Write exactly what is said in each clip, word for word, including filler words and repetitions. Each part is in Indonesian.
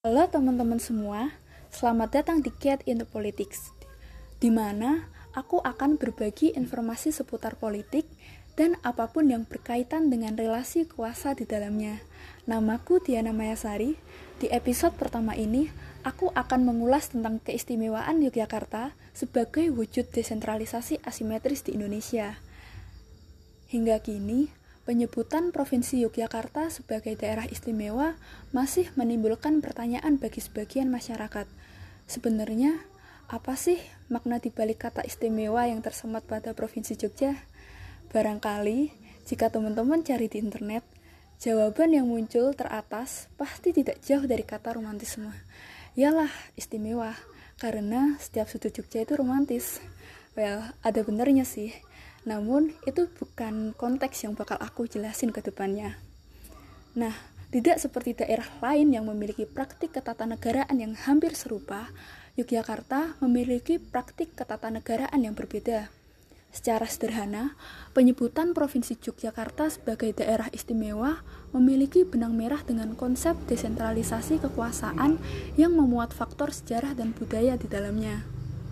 Halo teman-teman semua, selamat datang di Get into Politics, di mana aku akan berbagi informasi seputar politik dan apapun yang berkaitan dengan relasi kuasa di dalamnya. Namaku Diana Mayasari. Di episode pertama ini, aku akan mengulas tentang keistimewaan Yogyakarta sebagai wujud desentralisasi asimetris di Indonesia. Hingga kini, penyebutan Provinsi Yogyakarta sebagai daerah istimewa masih menimbulkan pertanyaan bagi sebagian masyarakat. Sebenarnya, apa sih makna dibalik kata istimewa yang tersemat pada Provinsi Jogja? Barangkali, jika teman-teman cari di internet, jawaban yang muncul teratas pasti tidak jauh dari kata romantisme. Yalah, istimewa, karena setiap sudut Jogja itu romantis. Well, ada benernya sih. Namun, itu bukan konteks yang bakal aku jelasin ke depannya. Nah, tidak seperti daerah lain yang memiliki praktik ketatanegaraan yang hampir serupa, Yogyakarta memiliki praktik ketatanegaraan yang berbeda. Secara sederhana, penyebutan Provinsi Yogyakarta sebagai daerah istimewa memiliki benang merah dengan konsep desentralisasi kekuasaan yang memuat faktor sejarah dan budaya di dalamnya.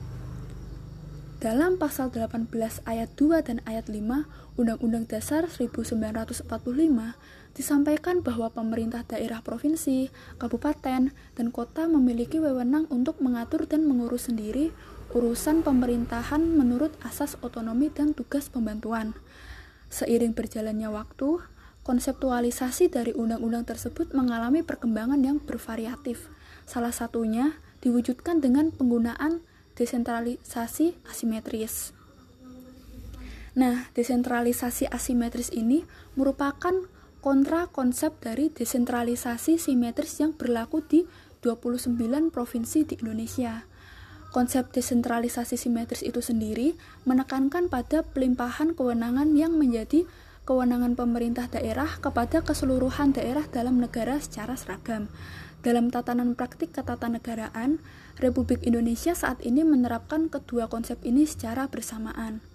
Dalam pasal delapan belas ayat dua dan ayat lima Undang-Undang Dasar seribu sembilan ratus empat puluh lima disampaikan bahwa pemerintah daerah provinsi, kabupaten, dan kota memiliki wewenang untuk mengatur dan mengurus sendiri urusan pemerintahan menurut asas otonomi dan tugas pembantuan. Seiring berjalannya waktu, konseptualisasi dari undang-undang tersebut mengalami perkembangan yang bervariatif. Salah satunya diwujudkan dengan penggunaan desentralisasi asimetris. Nah, desentralisasi asimetris ini merupakan kontra konsep dari desentralisasi simetris yang berlaku di dua puluh sembilan provinsi di Indonesia. Konsep desentralisasi simetris itu sendiri menekankan pada pelimpahan kewenangan yang menjadi kewenangan pemerintah daerah kepada keseluruhan daerah dalam negara secara seragam. Dalam tatanan praktik ketatanegaraan, Republik Indonesia saat ini menerapkan kedua konsep ini secara bersamaan.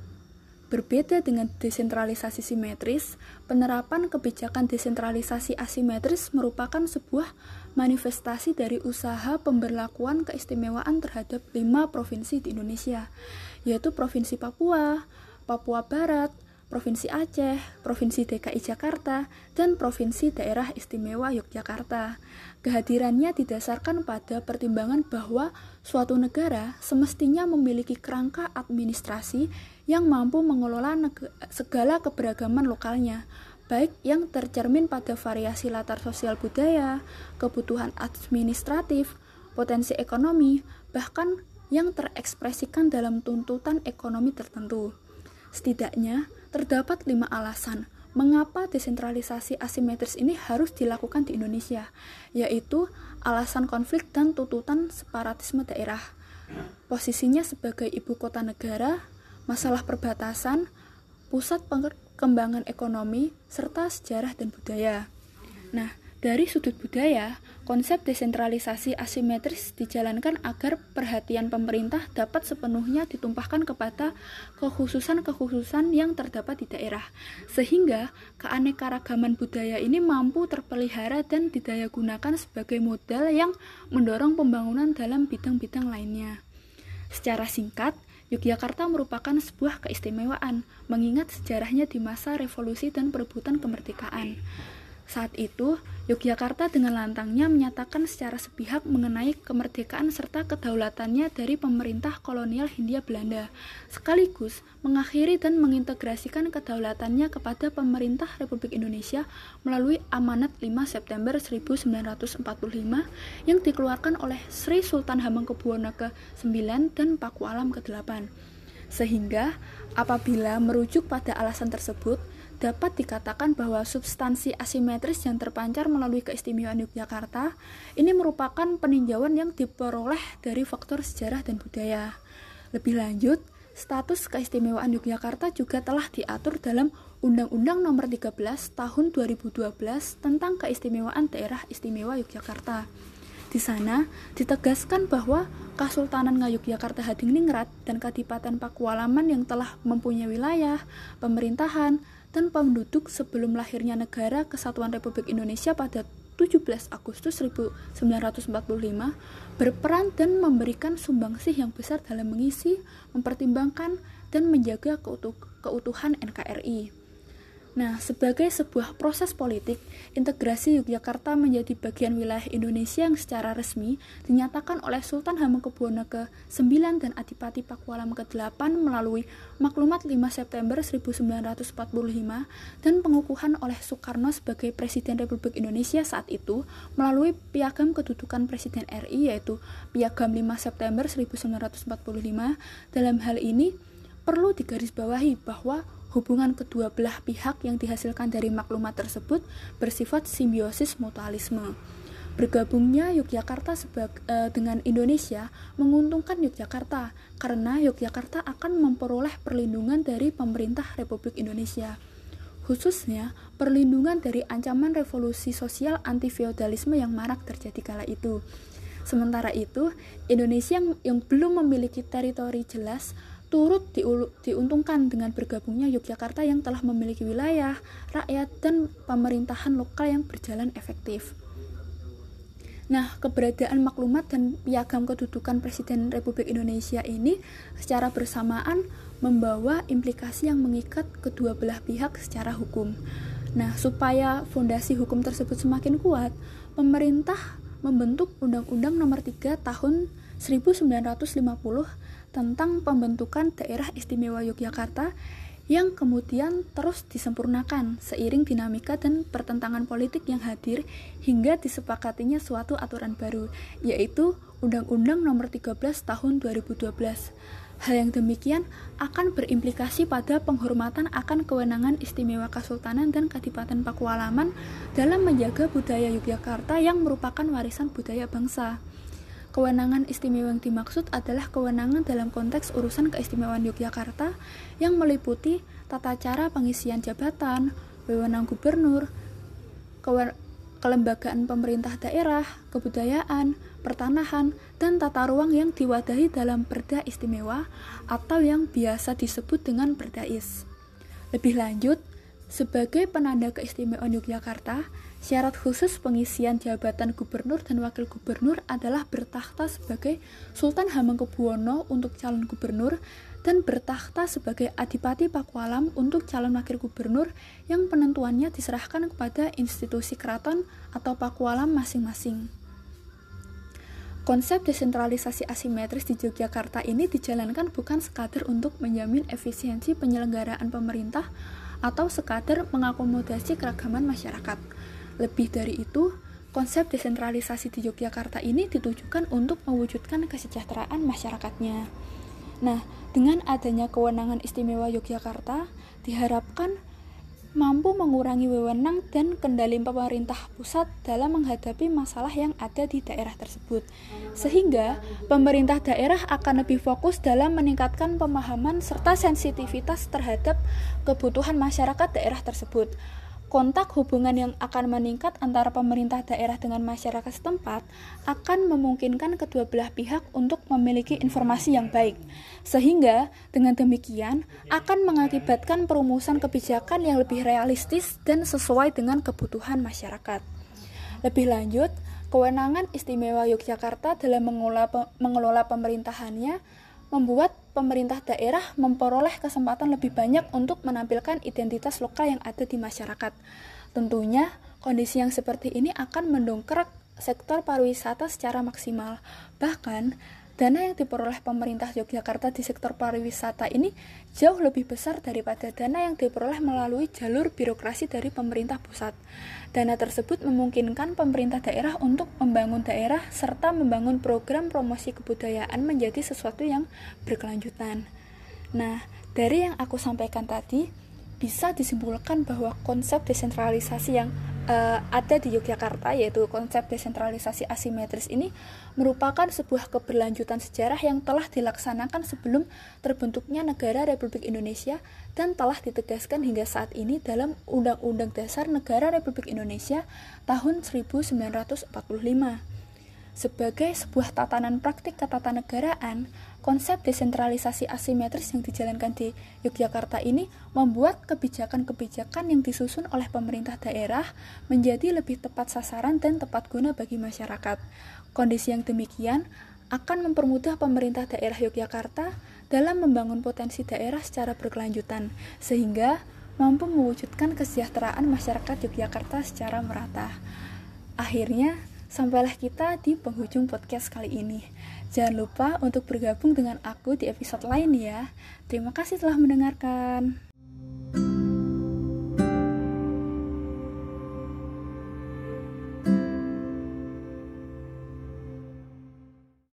Berbeda dengan desentralisasi simetris, penerapan kebijakan desentralisasi asimetris merupakan sebuah manifestasi dari usaha pemberlakuan keistimewaan terhadap lima provinsi di Indonesia, yaitu Provinsi Papua, Papua Barat, Provinsi Aceh, Provinsi D K I Jakarta, dan Provinsi Daerah Istimewa Yogyakarta. Kehadirannya didasarkan pada pertimbangan bahwa suatu negara semestinya memiliki kerangka administrasi yang mampu mengelola neg- segala keberagaman lokalnya, baik yang tercermin pada variasi latar sosial budaya, kebutuhan administratif, potensi ekonomi, bahkan yang terekspresikan dalam tuntutan ekonomi tertentu. Setidaknya, terdapat lima alasan mengapa desentralisasi asimetris ini harus dilakukan di Indonesia, yaitu alasan konflik dan tuntutan separatisme daerah, posisinya sebagai ibu kota negara, masalah perbatasan, pusat perkembangan ekonomi, serta sejarah dan budaya. Nah, dari sudut budaya, konsep desentralisasi asimetris dijalankan agar perhatian pemerintah dapat sepenuhnya ditumpahkan kepada kekhususan-kekhususan yang terdapat di daerah, sehingga keanekaragaman budaya ini mampu terpelihara dan didayagunakan sebagai modal yang mendorong pembangunan dalam bidang-bidang lainnya. Secara singkat, Yogyakarta merupakan sebuah keistimewaan, mengingat sejarahnya di masa revolusi dan perebutan kemerdekaan. Saat itu, Yogyakarta dengan lantangnya menyatakan secara sepihak mengenai kemerdekaan serta kedaulatannya dari pemerintah kolonial Hindia Belanda, sekaligus mengakhiri dan mengintegrasikan kedaulatannya kepada pemerintah Republik Indonesia melalui Amanat lima September seribu sembilan ratus empat puluh lima yang dikeluarkan oleh Sri Sultan Hamengkubuwono ke sembilan dan Paku Alam ke delapan. Sehingga, apabila merujuk pada alasan tersebut, dapat dikatakan bahwa substansi asimetris yang terpancar melalui keistimewaan Yogyakarta ini merupakan peninjauan yang diperoleh dari faktor sejarah dan budaya. Lebih lanjut, status keistimewaan Yogyakarta juga telah diatur dalam Undang-Undang Nomor tiga belas Tahun dua ribu dua belas tentang Keistimewaan Daerah Istimewa Yogyakarta. Di sana ditegaskan bahwa Kesultanan Ngayogyakarta Hadiningrat dan Kadipaten Pakualaman yang telah mempunyai wilayah, pemerintahan, dan penduduk sebelum lahirnya negara Kesatuan Republik Indonesia pada tujuh belas Agustus seribu sembilan ratus empat puluh lima berperan dan memberikan sumbangsih yang besar dalam mengisi, mempertimbangkan, dan menjaga keutuh- keutuhan N K R I. Nah, sebagai sebuah proses politik, integrasi Yogyakarta menjadi bagian wilayah Indonesia yang secara resmi dinyatakan oleh Sultan Hamengkubuwono ke sembilan dan Adipati Pakualam ke delapan melalui Maklumat lima September seribu sembilan ratus empat puluh lima dan pengukuhan oleh Soekarno sebagai Presiden Republik Indonesia saat itu melalui Piagam Kedudukan Presiden R I yaitu Piagam lima September seribu sembilan ratus empat puluh lima. Dalam hal ini perlu digarisbawahi bahwa hubungan kedua belah pihak yang dihasilkan dari maklumat tersebut bersifat simbiosis mutualisme. Bergabungnya Yogyakarta sebag, e, dengan Indonesia menguntungkan Yogyakarta karena Yogyakarta akan memperoleh perlindungan dari pemerintah Republik Indonesia, khususnya perlindungan dari ancaman revolusi sosial anti-feodalisme yang marak terjadi kala itu. Sementara itu, Indonesia yang, yang belum memiliki teritori jelas turut diulu, diuntungkan dengan bergabungnya Yogyakarta yang telah memiliki wilayah, rakyat, dan pemerintahan lokal yang berjalan efektif. Nah, keberadaan maklumat dan piagam kedudukan Presiden Republik Indonesia ini secara bersamaan membawa implikasi yang mengikat kedua belah pihak secara hukum. Nah, supaya fondasi hukum tersebut semakin kuat, pemerintah membentuk Undang-Undang Nomor tiga Tahun seribu sembilan ratus lima puluh tentang pembentukan Daerah Istimewa Yogyakarta yang kemudian terus disempurnakan seiring dinamika dan pertentangan politik yang hadir hingga disepakatinya suatu aturan baru, yaitu Undang-Undang Nomor tiga belas Tahun dua ribu dua belas. Hal yang demikian akan berimplikasi pada penghormatan akan kewenangan istimewa Kesultanan dan Kadipaten Pakualaman dalam menjaga budaya Yogyakarta yang merupakan warisan budaya bangsa. Kewenangan istimewa yang dimaksud adalah kewenangan dalam konteks urusan keistimewaan Yogyakarta yang meliputi tata cara pengisian jabatan, wewenang gubernur, kewen- kelembagaan pemerintah daerah, kebudayaan, pertanahan, dan tata ruang yang diwadahi dalam Perda Istimewa atau yang biasa disebut dengan Perdais. Lebih lanjut, sebagai penanda keistimewaan Yogyakarta, syarat khusus pengisian jabatan gubernur dan wakil gubernur adalah bertakhta sebagai Sultan Hamengkubuwono untuk calon gubernur dan bertakhta sebagai Adipati Pakualam untuk calon wakil gubernur yang penentuannya diserahkan kepada institusi keraton atau Pakualam masing-masing. Konsep desentralisasi asimetris di Yogyakarta ini dijalankan bukan sekadar untuk menjamin efisiensi penyelenggaraan pemerintah atau sekadar mengakomodasi keragaman masyarakat. Lebih dari itu, konsep desentralisasi di Yogyakarta ini ditujukan untuk mewujudkan kesejahteraan masyarakatnya. Nah, dengan adanya kewenangan istimewa Yogyakarta, diharapkan mampu mengurangi wewenang dan kendali pemerintah pusat dalam menghadapi masalah yang ada di daerah tersebut. Sehingga, pemerintah daerah akan lebih fokus dalam meningkatkan pemahaman serta sensitivitas terhadap kebutuhan masyarakat daerah tersebut. Kontak hubungan yang akan meningkat antara pemerintah daerah dengan masyarakat setempat akan memungkinkan kedua belah pihak untuk memiliki informasi yang baik, sehingga dengan demikian akan mengakibatkan perumusan kebijakan yang lebih realistis dan sesuai dengan kebutuhan masyarakat. Lebih lanjut, kewenangan istimewa Yogyakarta dalam mengelola, mengelola pemerintahannya membuat pemerintah daerah memperoleh kesempatan lebih banyak untuk menampilkan identitas lokal yang ada di masyarakat. Tentunya, kondisi yang seperti ini akan mendongkrak sektor pariwisata secara maksimal. Bahkan, dana yang diperoleh pemerintah Yogyakarta di sektor pariwisata ini jauh lebih besar daripada dana yang diperoleh melalui jalur birokrasi dari pemerintah pusat. Dana tersebut memungkinkan pemerintah daerah untuk membangun daerah serta membangun program promosi kebudayaan menjadi sesuatu yang berkelanjutan. Nah, dari yang aku sampaikan tadi, bisa disimpulkan bahwa konsep desentralisasi yang uh, ada di Yogyakarta, yaitu konsep desentralisasi asimetris ini merupakan sebuah keberlanjutan sejarah yang telah dilaksanakan sebelum terbentuknya negara Republik Indonesia dan telah ditegaskan hingga saat ini dalam Undang-Undang Dasar Negara Republik Indonesia tahun seribu sembilan ratus empat puluh lima. Sebagai sebuah tatanan praktik ketatanegaraan, Konsep desentralisasi asimetris yang dijalankan di Yogyakarta ini membuat kebijakan-kebijakan yang disusun oleh pemerintah daerah menjadi lebih tepat sasaran dan tepat guna bagi masyarakat. Kondisi yang demikian akan mempermudah pemerintah daerah Yogyakarta dalam membangun potensi daerah secara berkelanjutan, sehingga mampu mewujudkan kesejahteraan masyarakat Yogyakarta secara merata. Akhirnya, sampailah kita di penghujung podcast kali ini. Jangan lupa untuk bergabung dengan aku di episode lain ya. Terima kasih telah mendengarkan.